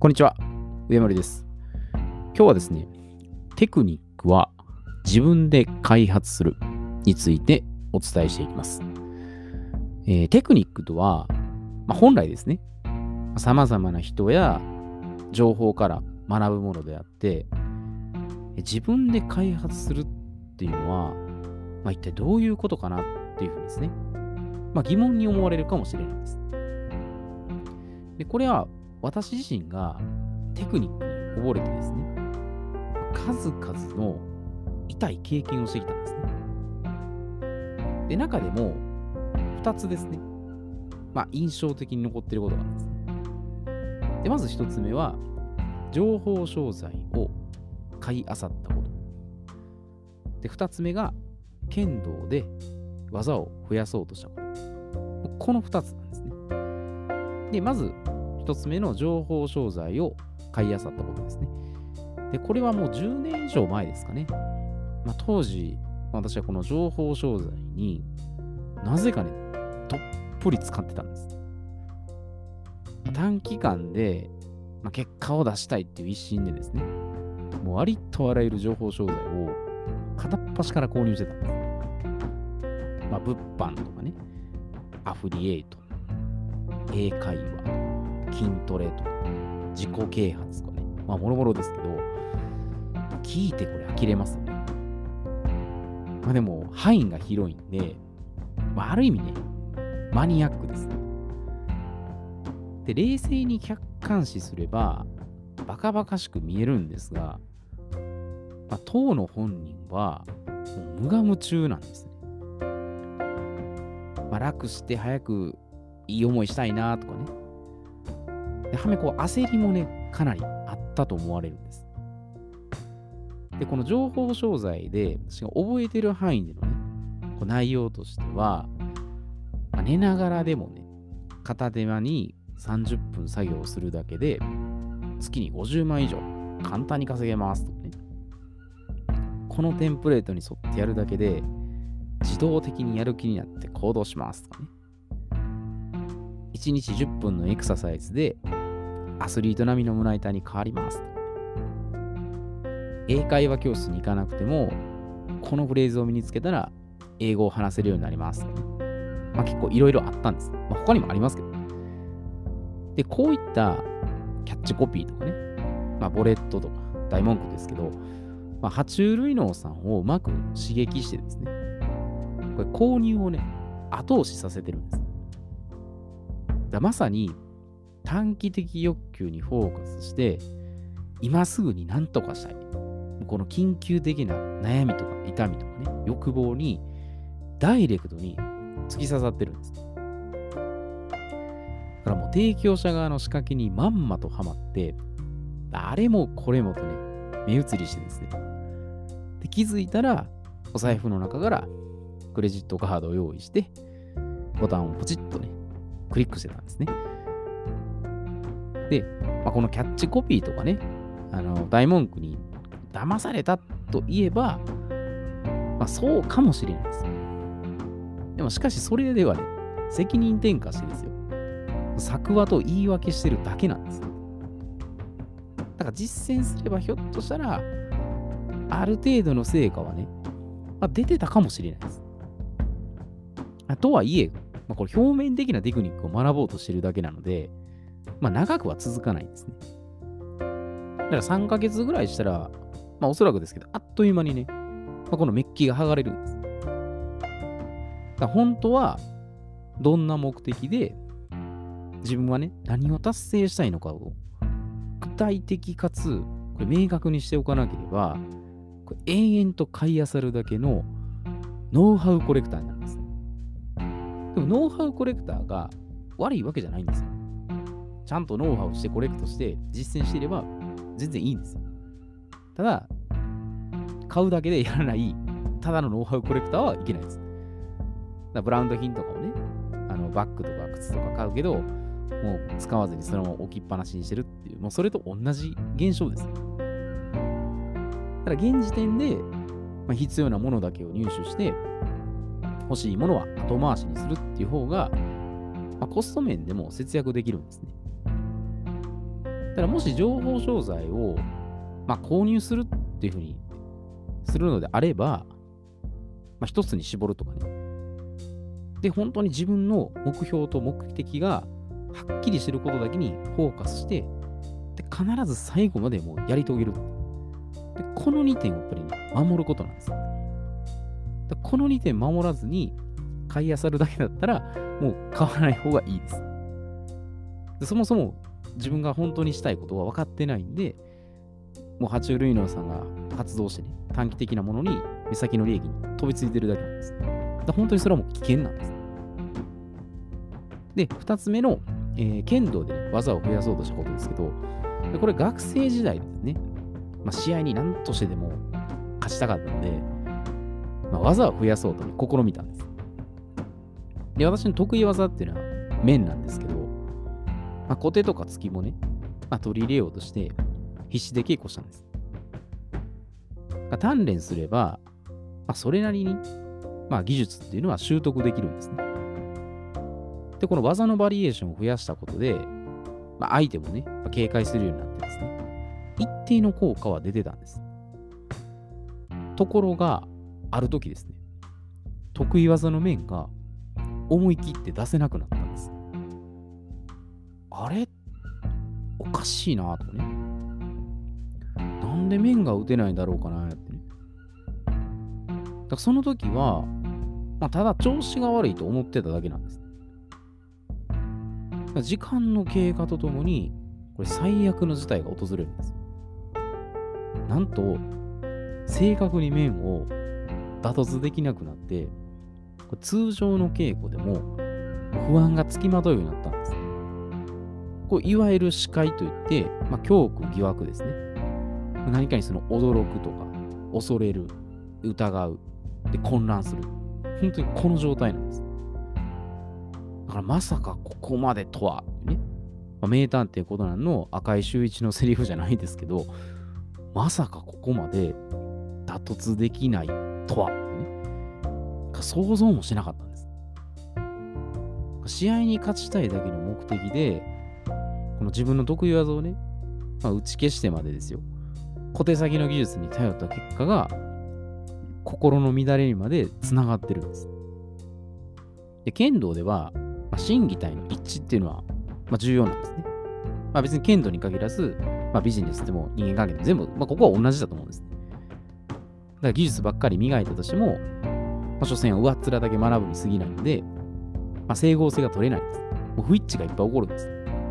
こんにちは、上森です。今日はですね、テクニックは自分で開発するについてお伝えしていきます。テクニックとは、本来ですね、様々な人や情報から学ぶものであって、自分で開発するっていうのは、一体どういうことかなっていうふうにですね、疑問に思われるかもしれないです。で、これは私自身がテクニックに溺れてですね、数々の痛い経験をしてきたんですね。で、中でも2つですね、印象的に残っていることがあるんですね。で、まず1つ目は、情報商材を買い漁ったこと。で、2つ目が、剣道で技を増やそうとしたこと。この2つなんですね。で、まず1つ目の情報商材を買い漁ったことですね。で、これはもう10年以上前ですかね。当時、私はこの情報商材になぜかね、どっぷり使ってたんです。短期間で、結果を出したいっていう一心でですね、もうありとあらゆる情報商材を片っ端から購入してたんです。物販とかね、アフリエイト、英会話、筋トレとか、自己啓発とかね、もろもろですけど、聞いてこれ呆れますよね。でも、範囲が広いんで、ある意味ね、マニアックです。で、冷静に客観視すれば、バカバカしく見えるんですが、当の本人は、もう無我夢中なんですね。楽して早くいい思いしたいなとかね。で、焦りもね、かなりあったと思われるんです。で、この情報商材で、私が覚えてる範囲でのね、内容としては、寝ながらでもね、片手間に30分作業をするだけで、月に50万以上簡単に稼げますとかね。このテンプレートに沿ってやるだけで、自動的にやる気になって行動しますとかね。1日10分のエクササイズでアスリート並みの胸板に変わりますとか。英会話教室に行かなくても、このフレーズを身につけたら英語を話せるようになりますとかね。結構いろいろあったんです。他にもありますけどね。で、こういったキャッチコピーとかね、ボレットとか大文句ですけど、爬虫類脳さんをうまく刺激してですね、これ購入をね、後押しさせてるんです。まさに短期的欲求にフォーカスして、今すぐに何とかしたい。この緊急的な悩みとか痛みとかね、欲望にダイレクトに突き刺さってるんです。だからもう提供者側の仕掛けにまんまとハマって、あれもこれもとね、目移りしてですね。で、気づいたら、お財布の中からクレジットカードを用意して、ボタンをポチッとね、クリックしてたんですね。で、このキャッチコピーとかね、大文句に騙されたといえば、そうかもしれないです。でもしかしそれではね、責任転嫁してですよ。作話と言い訳してるだけなんです。だから実践すればひょっとしたら、ある程度の成果はね、出てたかもしれないです。とはいえ、これ表面的なテクニックを学ぼうとしてるだけなので、長くは続かないんですね。だから3ヶ月ぐらいしたら、おそらくですけど、あっという間にね、このメッキが剥がれるんです。だから本当は、どんな目的で、自分はね、何を達成したいのかを、具体的かつ、これ明確にしておかなければ、これ延々と買い漁るだけのノウハウコレクターになるんです。でもノウハウコレクターが悪いわけじゃないんですよ。ちゃんとノウハウしてコレクトして実践していれば全然いいんですよ。ただ、買うだけでやらない、ただのノウハウコレクターはいけないです。だからブランド品とかをね、バッグとか靴とか買うけど、もう使わずにそのまま置きっぱなしにしてるっていう、もうそれと同じ現象です。ただ現時点で、必要なものだけを入手して、欲しいものは後回しにするっていう方が、コスト面でも節約できるんですね。 だからもし情報商材を、購入するっていうふうにするのであれば、一つに絞るとかね。で、本当に自分の目標と目的がはっきりしてることだけにフォーカスして、で、必ず最後までもうやり遂げる。で、この2点をやっぱりね、守ることなんです。でこの2点守らずに買い漁るだけだったら、もう買わない方がいいです。でそもそも自分が本当にしたいことは分かってないんで、もう爬虫類農さんが発動してね、短期的なものに目先の利益に飛びついてるだけなんです。だ本当にそれはもう危険なんです。で、2つ目の、剣道でね、技を増やそうとしたことですけど、これ学生時代ですね、試合に何としてでも勝ちたかったので、技を増やそうとね、試みたんです。で、私の得意技っていうのは面なんですけど、小手とか突きもね、取り入れようとして必死で稽古したんです。鍛錬すれば、それなりに、技術っていうのは習得できるんですね。で、この技のバリエーションを増やしたことで、相手もね、警戒するようになってですね、一定の効果は出てたんです。ところが、ある時ですね、得意技の面が思い切って出せなくなったんです。あれおかしいなとかね。なんで面が打てないんだろうかなってね。だからその時は、ただ調子が悪いと思ってただけなんです。時間の経過とともに、これ最悪の事態が訪れるんです。なんと、正確に面を打突できなくなって、通常の稽古でも不安がつきまとうようになったんです。いわゆる視界といって、恐怖、疑惑ですね。何かにその驚くとか、恐れる、疑う、で混乱する。本当にこの状態なんです。だからまさかここまでとは、ね。名探偵コナンの赤井秀一のセリフじゃないですけど、まさかここまで打突できないとは、ね。想像もしなかったんです。試合に勝ちたいだけの目的で、この自分の得意技をね、打ち消してまでですよ。小手先の技術に頼った結果が、心の乱れにまでつながってるんです。で、剣道では、心技体の一致っていうのは、重要なんですね。別に剣道に限らず、ビジネスでも人間関係でも全部、ここは同じだと思うんですね。だから技術ばっかり磨いたとしても、所詮は上っ面だけ学ぶに過ぎないので、整合性が取れないんです。もう不一致がいっぱい起こるんです。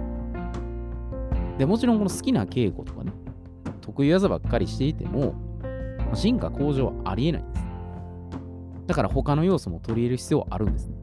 で、もちろんこの好きな稽古とかね、得意技ばっかりしていても、進化向上はありえないんです。だから他の要素も取り入れる必要はあるんですね。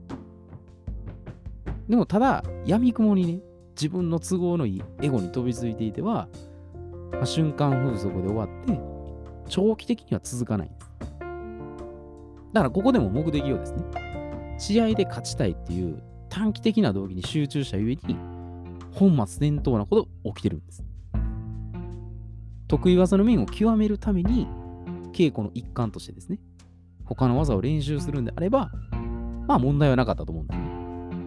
でもただ、闇雲にね、自分の都合のいいエゴに飛びついていては、瞬間風速で終わって、長期的には続かないんです。だからここでも目的をですね、試合で勝ちたいっていう短期的な動機に集中したゆえに、本末転倒なことが起きてるんです。得意技の面を極めるために、稽古の一環としてですね、他の技を練習するんであれば、問題はなかったと思うんですね。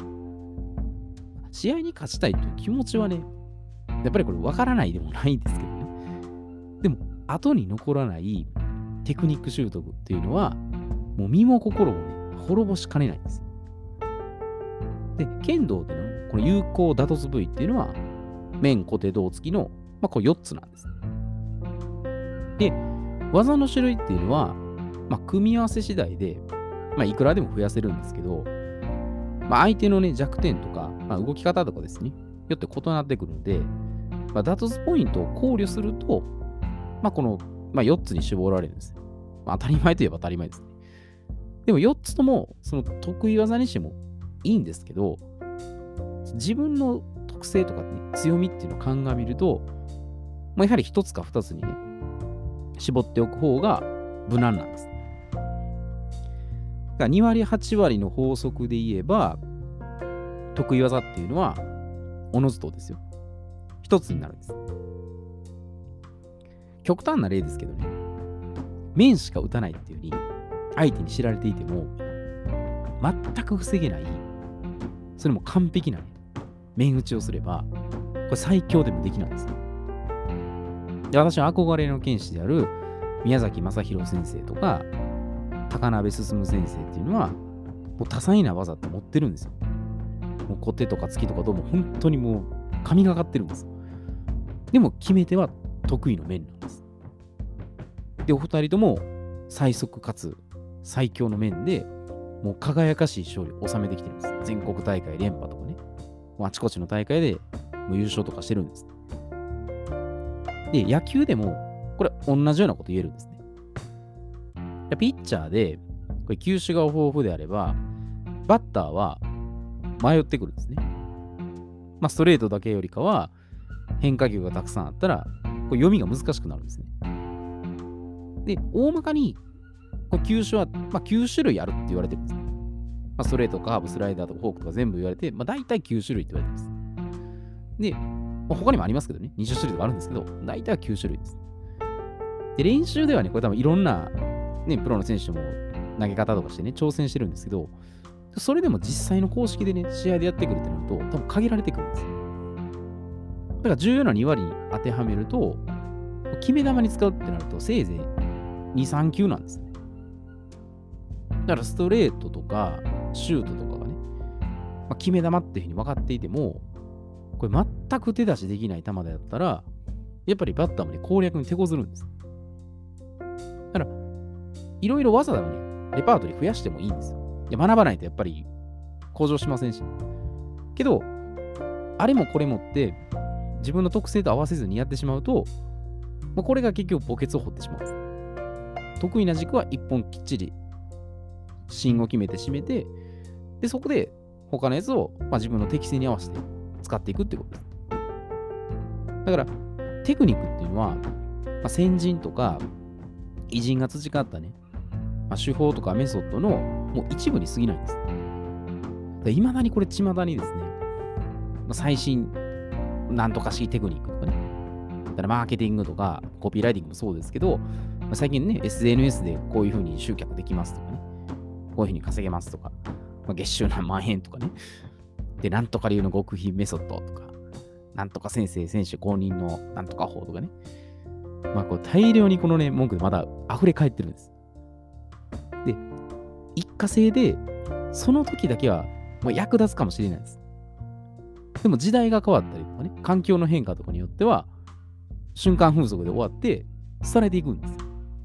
試合に勝ちたいという気持ちはね、やっぱりこれ分からないでもないんですけどね。でも、後に残らないテクニック習得っていうのは、もう身も心もね、滅ぼしかねないんです。で、剣道でのこの有効打突部位っていうのは、面、小手、胴付きの、これ4つなんです。で、技の種類っていうのは、組み合わせ次第で、いくらでも増やせるんですけど、相手のね、弱点とか、動き方とかですね、よって異なってくるので、打突ポイントを考慮すると、この、4つに絞られるんです。当たり前といえば当たり前ですね。でも4つとも、その得意技にしてもいいんですけど、自分の特性とか、ね、強みっていうのを鑑みると、やはり1つか2つにね、絞っておく方が無難なんです。だから2割8割の法則で言えば、得意技っていうのは、おのずとですよ。1つになるんです。極端な例ですけどね、面しか打たないっていう風に、相手に知られていても、全く防げない、それも完璧な、ね、面打ちをすれば、 れ最強でもできないんですよ。で、私は憧れの剣士である宮崎正弘先生とか、高鍋進先生っていうのは、もう多彩な技って持ってるんですよ。もう小手とか突きとかどうも本当にもう神がかってるんです。でも決め手は得意の面なんです。で、お二人とも最速かつ最強の面で、もう輝かしい勝利を収めてきてるんです。全国大会連覇とかね。もうあちこちの大会でもう優勝とかしてるんです。で、野球でも、これ同じようなこと言えるんですね。ピッチャーで、これ球種が豊富であれば、バッターは迷ってくるんですね。まあ、ストレートだけよりかは、変化球がたくさんあったら、これ読みが難しくなるんですね。で、大まかに、これ球種は、まあ、9種類あるって言われてるんですね。まあ、ストレート、カーブ、スライダーとかフォークとか全部言われて、まあ、大体9種類って言われてます。で、まあ、他にもありますけどね、20種類とかあるんですけど、大体は9種類です。で、練習ではね、これ多分いろんな、ね、プロの選手も投げ方とかしてね、挑戦してるんですけど、それでも実際の公式でね、試合でやってくるってなると、多分限られてくるんですよ。だから重要な2割に当てはめると、決め球に使うってなると、せいぜい2、3球なんですね。だからストレートとか、シュートとかがね、まあ、決め球っていうふうに分かっていても、これ全く手出しできない球であったら、やっぱりバッターもね、攻略に手こずるんです。だから、いろいろ技をね、レパートリー増やしてもいいんですよ。で、学ばないとやっぱり向上しませんし、けど、あれもこれもって自分の特性と合わせずにやってしまうと、まあ、これが結局墓穴を掘ってしまうんです。得意な軸は一本きっちり芯を決めて締めて、で、そこで他のやつを、まあ、自分の適性に合わせて使っていくってことです。だから、テクニックっていうのは、まあ、先人とか偉人が培ったね、まあ、手法とかメソッドのもう一部に過ぎないんです。いまだにこれ巷にですね、まあ、最新なんとかしいテクニックとかね、だからマーケティングとかコピーライティングもそうですけど、まあ、最近ね、SNS でこういう風に集客できますとかね、こういう風に稼げますとか、まあ、月収何万円とかね、で、なんとか流の極秘メソッドとか、なんとか先生、選手公認のなんとか法とかね、まあ、こう大量にこのね、文句でまだ溢れ返ってるんです。で、一過性で、その時だけは、まあ、役立つかもしれないです。でも時代が変わったりとかね、環境の変化とかによっては、瞬間風速で終わって、されていくんです。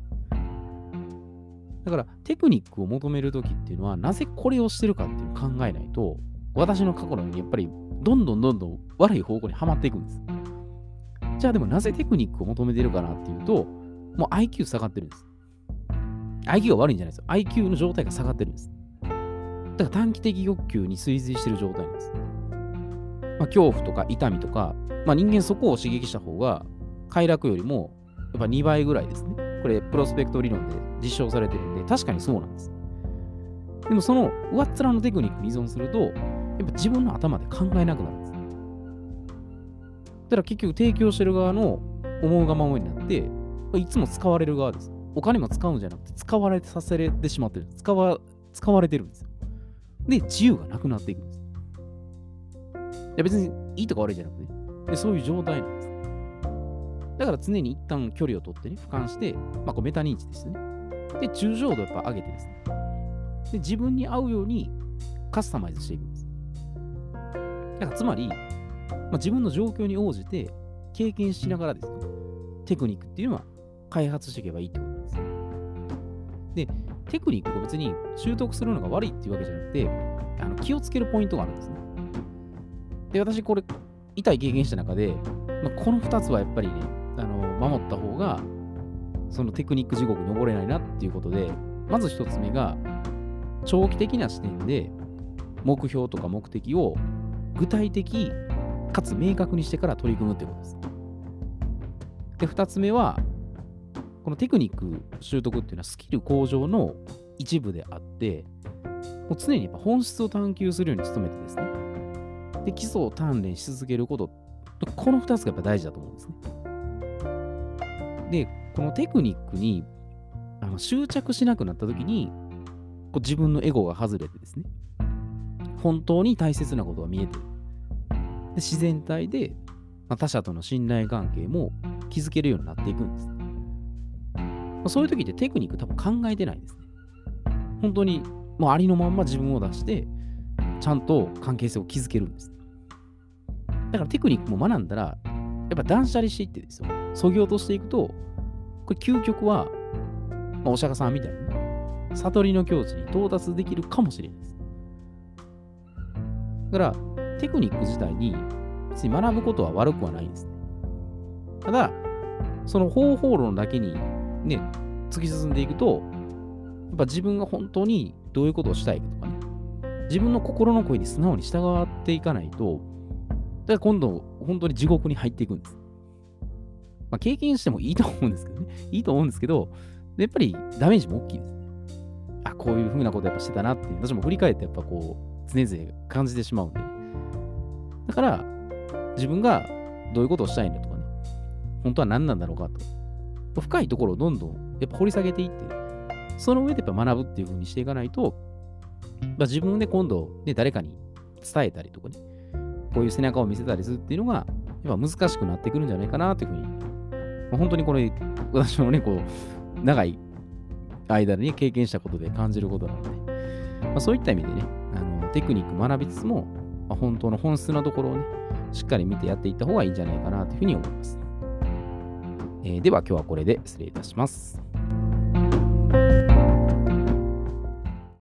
だから、テクニックを求めるときっていうのは、なぜこれをしてるかっていうのを考えないと、私の過去のようにやっぱり、どんどん悪い方向にはまっていくんです。じゃあでもなぜテクニックを求めてるかなっていうと、もう IQ 下がってるんです。IQ が悪いんじゃないですよ。IQ の状態が下がってるんです。だから短期的欲求に追随してる状態なんです。まあ、恐怖とか痛みとか、まあ、人間そこを刺激した方が快楽よりもやっぱ2倍ぐらいですね。これプロスペクト理論で実証されてるんで、確かにそうなんです。でもその上っ面のテクニックに依存すると、やっぱ自分の頭で考えなくなるんです。だから結局提供してる側の思うがままになって、いつも使われる側です。お金も使うんじゃなくて使われさせてしまってるんです。使われてるんですよ。で、自由がなくなっていくんです。いや別にいいとか悪いじゃなくて、でそういう状態なんです。だから常に一旦距離を取ってね、俯瞰して、まあこうメタ認知ですね。で、抽象度をやっぱ上げてですね。で、自分に合うようにカスタマイズしていくんです。だからつまり、まあ、自分の状況に応じて経験しながらですね、テクニックっていうのは開発していけばいいってことなんです。で、テクニックを別に習得するのが悪いっていうわけじゃなくて、気をつけるポイントがあるんですね。で、私これ、痛い経験した中で、まあ、この2つはやっぱりね、守った方が、そのテクニック地獄に登れないなっていうことで、まず1つ目が、長期的な視点で目標とか目的を具体的かつ明確にしてから取り組むってことです。で、2つ目は、このテクニック習得っていうのはスキル向上の一部であって、もう常にやっぱ本質を探求するように努めてですね。で、基礎を鍛錬し続けること、この2つがやっぱ大事だと思うんですね。で、このテクニックに執着しなくなった時に、こう自分のエゴが外れてですね、本当に大切なことが見えてる。で、自然体で他者との信頼関係も築けるようになっていくんです。そういう時ってテクニック多分考えてないんですね。本当にもうありのまんま自分を出して、ちゃんと関係性を築けるんです。だからテクニックも学んだら、やっぱ断捨離していってですよ。削ぎ落としていくと、これ究極は、お釈迦さんみたいにね、悟りの境地に到達できるかもしれないです。だから、テクニック自体に別に学ぶことは悪くはないんですね。ただ、その方法論だけにね、突き進んでいくと、やっぱ自分が本当にどういうことをしたいかとかね、自分の心の声に素直に従っていかないと、だから今度、本当に地獄に入っていくんです。経験してもいいと思うんですけどね。いいと思うんですけど、やっぱりダメージも大きいですね。こういう風なことやっぱしてたなっていう、私も振り返ってやっぱこう、常々感じてしまうんで。だから、自分がどういうことをしたいのとかね、本当は何なんだろうかと。深いところをどんどんやっぱ掘り下げていって、その上でやっぱ学ぶっていう風にしていかないと、自分で今度、ね、誰かに伝えたりとかね、こういう背中を見せたりするっていうのが、やっぱ難しくなってくるんじゃないかなという風に、本当にこれ、私のね、こう、長い間に経験したことで感じることなので、そういった意味でね、テクニック学びつつも、本当の本質のところをね、しっかり見てやっていった方がいいんじゃないかなというふうに思います。では今日はこれで失礼いたします。